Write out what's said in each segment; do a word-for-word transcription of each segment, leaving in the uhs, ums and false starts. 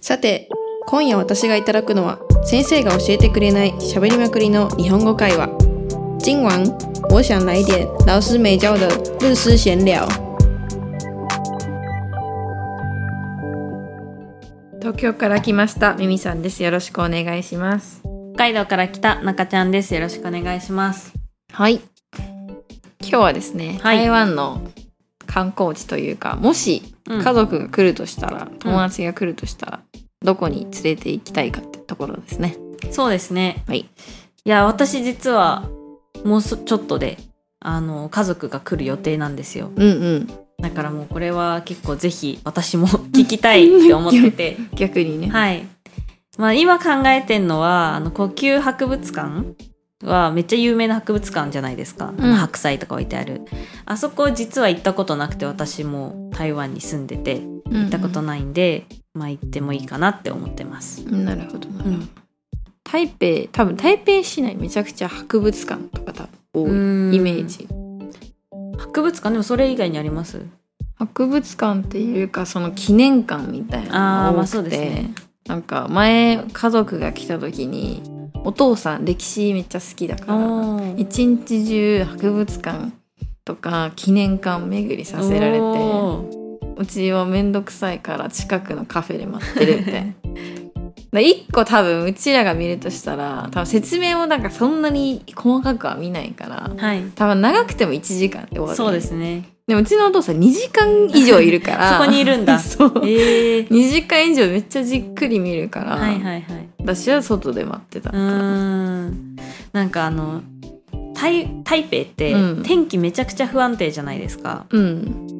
さて、今夜私がいただくのは先生が教えてくれない喋りまくりの日本語会話。今晚我想来点老師沒教的日式閒聊。東京から来ましたミミさんです。よろしくお願いします。 北海道から来た中ちゃんです。よろしくお願いします。 はい、今日はですね、はい、台湾の観光地というか、もし家族が来るとしたら、うん、友達が来るとしたら、うん、どこに連れて行きたいかってところですね。 そうですね、 はい、 いや私実はもうちょっとであの家族が来る予定なんですよ。 うんうん。 だからもうこれは結構ぜひ私も聞きたいって思ってて逆にね、 はい、まあ、今考えてんのはあの故宮博物館はめっちゃ有名な博物館じゃないですか、うん、白菜とか置いてある。あそこ実は行ったことなくて、私も台湾に住んでて行ったことないんで、うんうん、まあ行ってもいいかなって思ってます。 なるほどなるほど、うん、台北多分台北市内めちゃくちゃ博物館とか多いイメージ。 博物館でもそれ以外にあります？ 博物館っていうかその記念館みたいなのが多くて、あ、まあそうですね、なんか前家族が来た時にお父さん歴史めっちゃ好きだから一日中博物館とか記念館巡りさせられて、うちはめんどくさいから近くのカフェで待ってるみたいな一個多分うちらが見るとしたら、多分説明もなんかそんなに細かくは見ないから、 はい、 多分長くてもいちじかんで終わる。 そうですね。 でもうちのお父さんにじかん以上いるからそこにいるんだそう、 えー、 にじかん以上めっちゃじっくり見るから、 はいはいはい、 私は外で待ってた。 うーん、なんかあの台, 台北って天気めちゃくちゃ不安定じゃないですか、うん、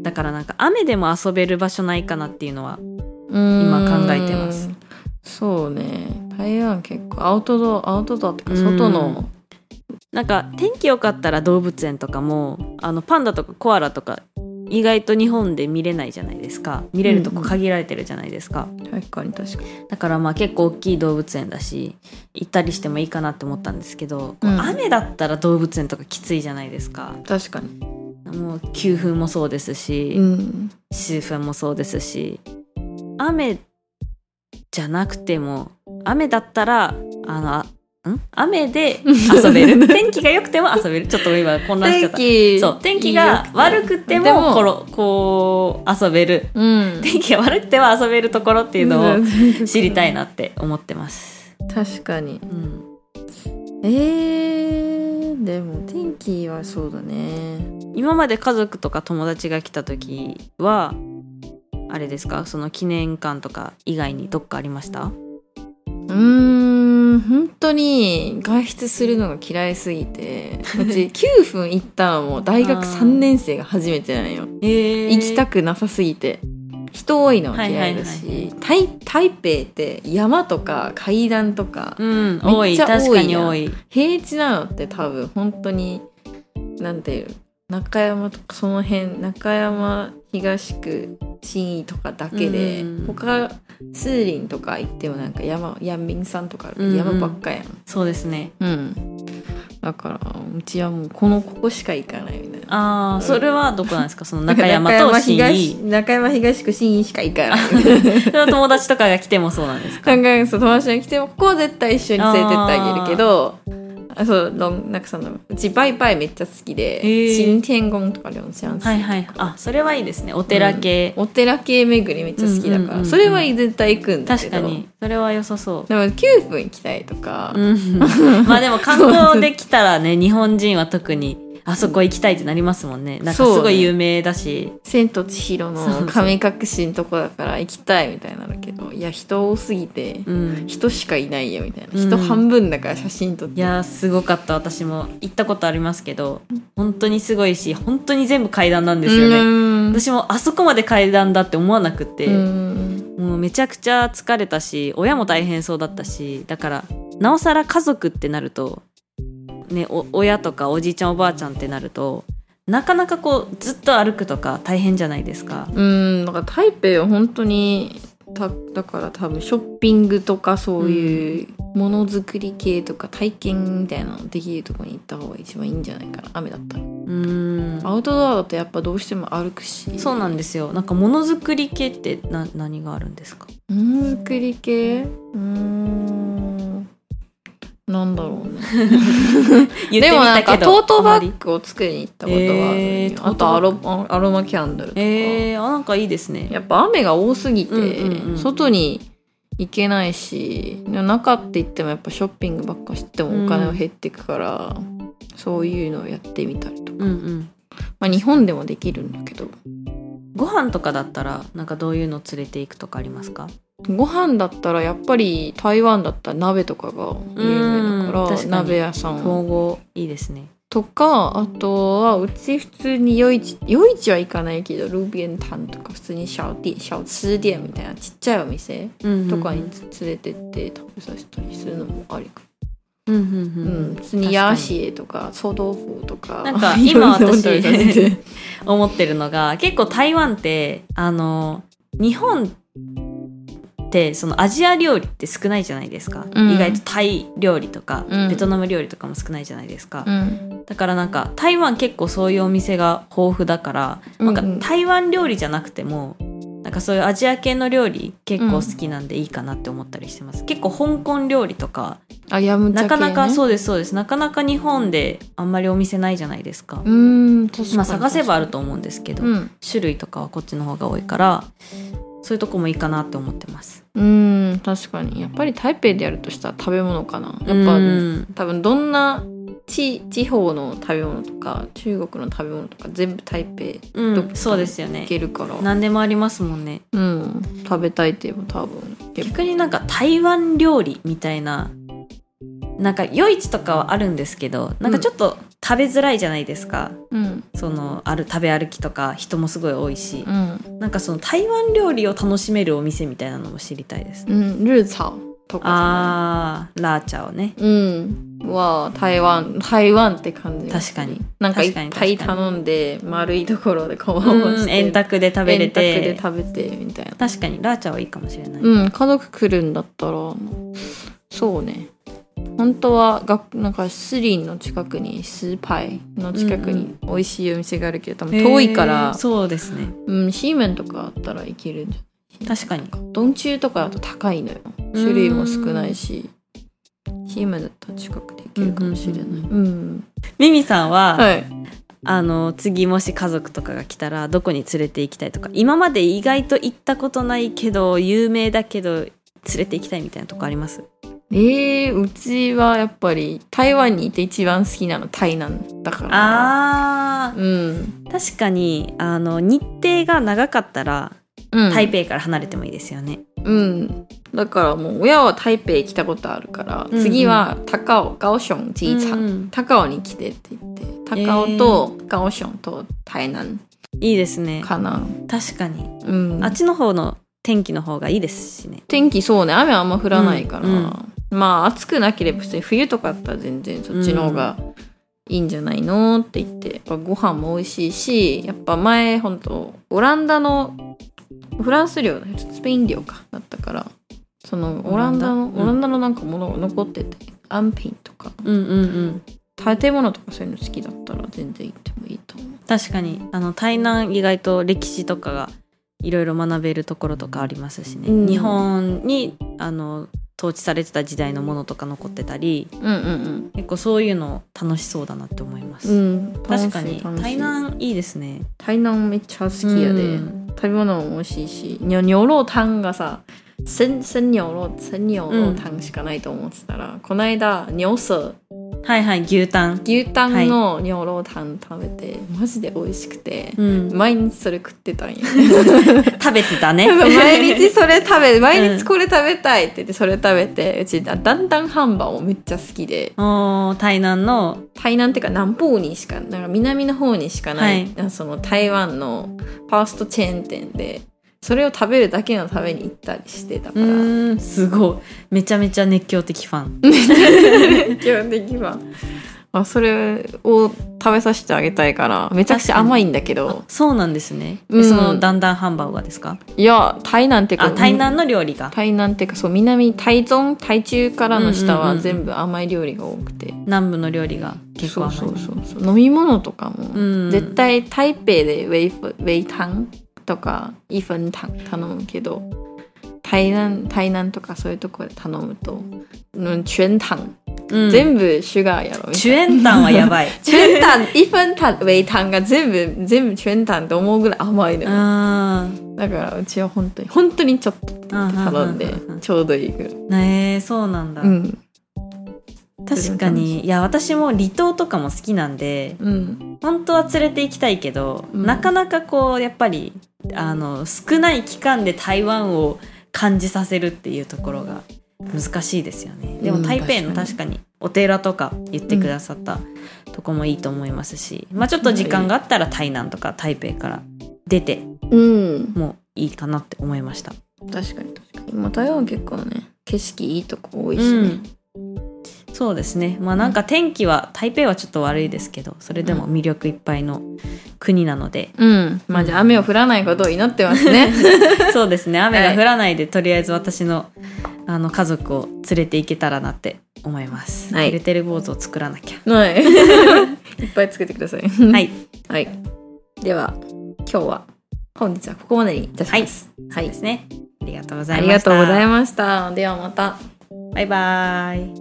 だからなんか雨でも遊べる場所ないかなっていうのは今考えてます。 そうね、台湾結構アウトドアアウトドアってか外の、 なんか天気良かったら動物園とかもあのパンダとかコアラとか意外と日本で見れないじゃないですか。見れるとこ限られてるじゃないですか、 うんうん、確かに確かに。 だからまあ結構大きい動物園だし行ったりしてもいいかなって思ったんですけど、うん、雨だったら動物園とかきついじゃないですか。 確かに。 もうきゅうふんもそうですし、うん、数分もそうですし、雨じゃなくても雨だったらあのん雨で遊べる天気が良くても遊べる。ちょっと今混乱しちゃった。天気、そう、天気が悪くてもころこう遊べる、うん、天気が悪くては遊べるところっていうのを知りたいなって思ってます。 確かに、うん、えー、でも天気はそうだね。 今まで家族とか友達が来た時はあれですか、その記念館とか以外にどっかありました？ うーん、本当に外出するのが嫌いすぎてうちきゅうふん行ったのも大学さんねん生が初めてなんよ、えー、行きたくなさすぎて。人多いのは嫌いだし、はいはいはい、台, 台北って山とか階段とか、うん、めっちゃ多い。確かに多い。平地なのって多分本当になんていう中山とかその辺、中山東区新义とかだけで、うん、他スーリンとか行ってもなんか山ヤンミン山とかある、うんうん、山ばっかやん。 そうですね、 うん、だからうちはもうこのここしか行かないみたいな。 ああ、うん、それはどこなんですか？その中山と新義中山東区新義しか行かないその友達とかが来てもそうなんですか？ そう友達が来てもここは絶対一緒に連れてってあげるけど、あ、そうなんかそのうちバイバイめっちゃ好きで、新天宮とかでもシャンスとか、はいはい、 あ、それはいいですね。お寺系、 うん、お寺系巡りめっちゃ好きだから、うんうんうんうん、それは絶対行くんだけど。 確かにそれは良さそう。 でもきゅうふん行きたいとか、うん、 まあでも観光できたらね日本人は特にあそこ行きたいってなりますもんね。なんかすごい有名だし、 ね、千と千尋の神隠しのとこだから行きたいみたいなのけど、いや人多すぎて、うん、人しかいないよみたいな、人半分だから写真撮って、うん、 いやすごかった。私も行ったことありますけど本当にすごいし、本当に全部階段なんですよね。私もあそこまで階段だって思わなくて、もうめちゃくちゃ疲れたし親も大変そうだったし、だからなおさら家族ってなるとね、お親とかおじいちゃんおばあちゃんってなるとなかなかこうずっと歩くとか大変じゃないですか。 うん、だから台北は本当にだ, だから多分ショッピングとかそういうものづくり系とか体験みたいなのできるところに行った方が一番いいんじゃないかな、雨だったら。うーんうん、 アウトドアだとやっぱどうしても歩くし。 そうなんですよ。なんかものづくり系ってな何があるんですか？ ものづくり系、うーん、なんだろうねでもなんかトートバッグを作りに行ったことはある、えー、あとアロ、アロマキャンドルとか、 えー、あなんかいいですね。 やっぱ雨が多すぎて、うんうんうん、外に行けないし、中って言ってもやっぱショッピングばっかしてもお金は減っていくから、うん、そういうのをやってみたりとか、うんうん、まあ、日本でもできるんだけど。 ご飯とかだったらなんかどういうの連れていくとかありますか？ ご飯だったらやっぱり台湾だったら鍋とかが有名だから、確かに鍋屋さん統合いいですね。 とか、あとはうち普通に夜市夜市は行かないけど路边摊とか普通に小店小吃店みたいなちっちゃいお店とかに連れてって食べさせたりするのもありか。うんうんうん、普通にヤーシエとか臭豆腐とか、 なんか今私思ってるのが結構台湾ってあの日本ってそのアジア料理って少ないじゃないですか、うん、意外とタイ料理とか、うん、ベトナム料理とかも少ないじゃないですか、うん、だからなんか台湾結構そういうお店が豊富だから、うんうん、なんか台湾料理じゃなくてもなんかそういうアジア系の料理結構好きなんでいいかなって思ったりしてます、うん、結構香港料理とかあヤムチャ系、ね、 なかなかそうですそうですなかなか日本であんまりお店ないじゃないですか。 うーん確かに、 まあ、探せばあると思うんですけど、うん、種類とかはこっちの方が多いからそういうとこもいいかなって思ってます。 うーん確かにやっぱり台北でやるとしたら食べ物かな。やっぱ多分どんな 地, 地方の食べ物とか中国の食べ物とか全部台北、 うん、どこそうですよね。 行けるから何でもありますもんね。 うん食べたいって言えば多分逆になんか台湾料理みたいななんか夜市とかはあるんですけどなんかちょっと食べづらいじゃないですか、うん、そのある食べ歩きとか人もすごい多いし、うん、なんかその台湾料理を楽しめるお店みたいなのも知りたいです、 うん、日草とかあーラーチャオね、 うんは台湾台湾って感じ。 確かになんかいっぱい頼んで丸いところでこう回して円卓で食べれて円卓で食べてみたいな。 確かにラーチャオはいいかもしれない。 うん家族来るんだったらそうね本当はがなんかスリンの近くにスーパイの近くに美味しいお店があるけど、多分遠いから、 そうですね、 うん、シーメンとかあったらいけるんじゃない。 確かにドンチューとかだと高いのよ。種類も少ないしシーメンだったら近くでいけるかもしれない。うんうん、 ミミさんは、 はい、 あの次もし家族とかが来たらどこに連れて行きたいとか今まで意外と行ったことないけど有名だけど連れて行きたいみたいなとこあります？ えー、うちはやっぱり台湾にいて一番好きなの台南だから。 あー、 うん、 確かにあの日程が長かったら、うん、台北から離れてもいいですよね。 うんだからもう親は台北来たことあるから、うんうん、次は高尾高雄機場、うんうん、高尾に来てって言って高尾と高雄と台南いいですねかな。 確かに、 うん、 あっちの方の天気の方がいいですしね。 天気そうね雨はあんま降らないから、うんうん、まあ暑くなければ普通に冬とかだったら全然そっちの方がいいんじゃないのって言って、やっぱご飯も美味しいしやっぱ前本当オランダのフランス領スペイン領かだったからそのオランダのオランダのなんかものが残ってて、うん、アンピンとか、 うんうんうん、 建物とかそういうの好きだったら全然行ってもいいと思う。 確かにあの台南意外と歴史とかがいろいろ学べるところとかありますしね、うん、日本にあの統治されてた時代のものとか残ってたり、 うんうんうん、 結構そういうの楽しそうだなって思います、 うん、 確かに台南いいですね。 台南めっちゃ好きやで、うん、食べ物も美味しいし牛肉湯がさ生生牛肉生牛肉湯しかないと思ってたら、うん、この間牛舌はいはい牛タン牛タンの牛肉タン食べて、はい、マジで美味しくて、うん、毎日それ食ってたんよ食べてたね毎日それ食べ毎日これ食べたいって言ってそれ食べて、うちだんだんハンバーもめっちゃ好きで、 お台南の台南っていうか南方にしかなんか南の方にしかない、はい、その台湾のファーストチェーン店でそれを食べるだけのために行ったりしてたから、うーんすごいめちゃめちゃ熱狂的ファン熱狂的ファンあそれを食べさせてあげたいからめちゃくちゃ甘いんだけど。 そうなんですね、 うん、 そのダンダンハンバーガーですか？ いや台南っていうかあ台南の料理が台南っていうかそう南台中台中からの下は全部甘い料理が多くて、うんうんうん、 南部の料理が結構甘い。 そうそうそうそう飲み物とかも、うん、絶対台北でウェイウェイタンとかイフンタン頼むけど台南台南とかそういうところで頼むと、うん、全タンうん、全部シュガーやろみたいな。 全タンはやばい。 全タン、一分タン、ウェイタンが全部全部全タンって思うぐらい甘いのよ。だからうちは本当に本当にちょっと頼んでちょうどいいぐらい。 ねえそうなんだ。うん、確かにいや私も離島とかも好きなんで、うん、本当は連れて行きたいけど、うん、なかなかこうやっぱりあの少ない期間で台湾を感じさせるっていうところが難しいですよね。でも台北の確かにお寺とか言ってくださったとこもいいと思いますし、まあ、ちょっと時間があったら台南とか台北から出てもいいかなって思いました。 確かに確かに、まあ、台湾結構ね景色いいとこ多いしね、 うん、そうですね。まあなんか天気は台北はちょっと悪いですけどそれでも魅力いっぱいの国なので、 うん、まあじゃあ雨を降らないことを祈ってますね。 そうですね雨が降らないで、はい、とりあえず私のあの家族を連れて行けたらなって思います。はい、てるてる坊主を作らなきゃ。 はい。いっぱい作ってください。 はい。 はい。では今日は本日はここまでにいたします。 はい。そうですね。ありがとうございました。 ありがとうございました。ではまた。 バイバイ。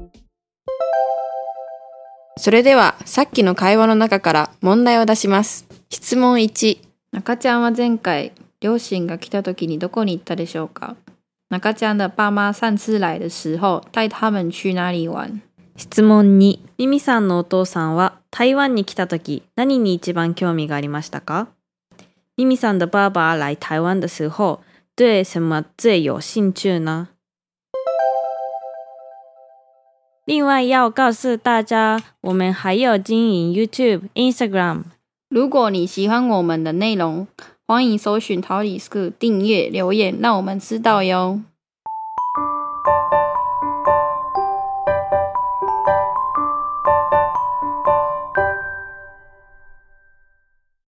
それではさっきの会話の中から問題を出します。質問いち。中ちゃんは前回両親が来た時にどこに行ったでしょうか？中ちゃん的爸妈上次来的时候带他们去哪里玩？ 質問に。ミミさんのお父さんは台湾に来た時何に一番興味がありましたか？ミミさん的爸爸来台湾的时候对什么最有兴趣呢？另外要告诉大家，我们还有经营 YouTube、Instagram。 如果你喜欢我们的内容，欢迎搜寻桃李斯订阅留言，让我们知道哟。